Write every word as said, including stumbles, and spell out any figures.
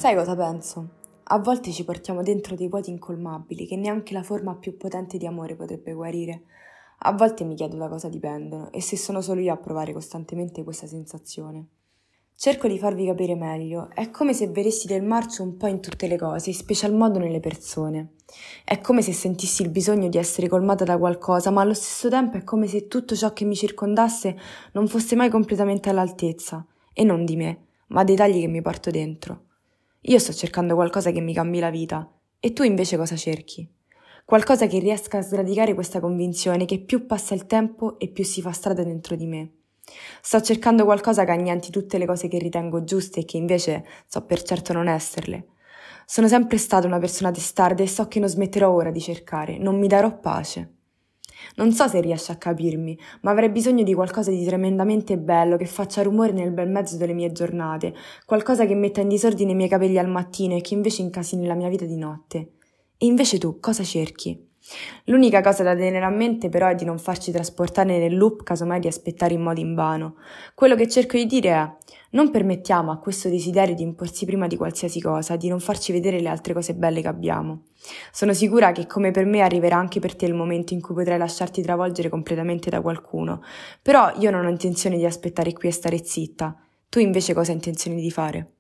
Sai cosa penso? A volte ci portiamo dentro dei vuoti incolmabili che neanche la forma più potente di amore potrebbe guarire. A volte mi chiedo da cosa dipendono e se sono solo io a provare costantemente questa sensazione. Cerco di farvi capire meglio, è come se vedessi del marcio un po' in tutte le cose, in special modo nelle persone. È come se sentissi il bisogno di essere colmata da qualcosa, ma allo stesso tempo è come se tutto ciò che mi circondasse non fosse mai completamente all'altezza, e non di me, ma dei tagli che mi porto dentro. Io sto cercando qualcosa che mi cambi la vita, e tu invece cosa cerchi? Qualcosa che riesca a sradicare questa convinzione che più passa il tempo e più si fa strada dentro di me. Sto cercando qualcosa che annienti tutte le cose che ritengo giuste e che invece so per certo non esserle. Sono sempre stata una persona testarda e so che non smetterò ora di cercare, non mi darò pace. Non so se riesci a capirmi, ma avrei bisogno di qualcosa di tremendamente bello che faccia rumore nel bel mezzo delle mie giornate, qualcosa che metta in disordine i miei capelli al mattino e che invece incasini la mia vita di notte. E invece tu cosa cerchi? L'unica cosa da tenere a mente però è di non farci trasportare nel loop casomai di aspettare in modo invano. Quello che cerco di dire è: non permettiamo a questo desiderio di imporsi prima di qualsiasi cosa, di non farci vedere le altre cose belle che abbiamo. Sono sicura che come per me arriverà anche per te il momento in cui potrai lasciarti travolgere completamente da qualcuno, però io non ho intenzione di aspettare qui e stare zitta. Tu invece cosa hai intenzione di fare?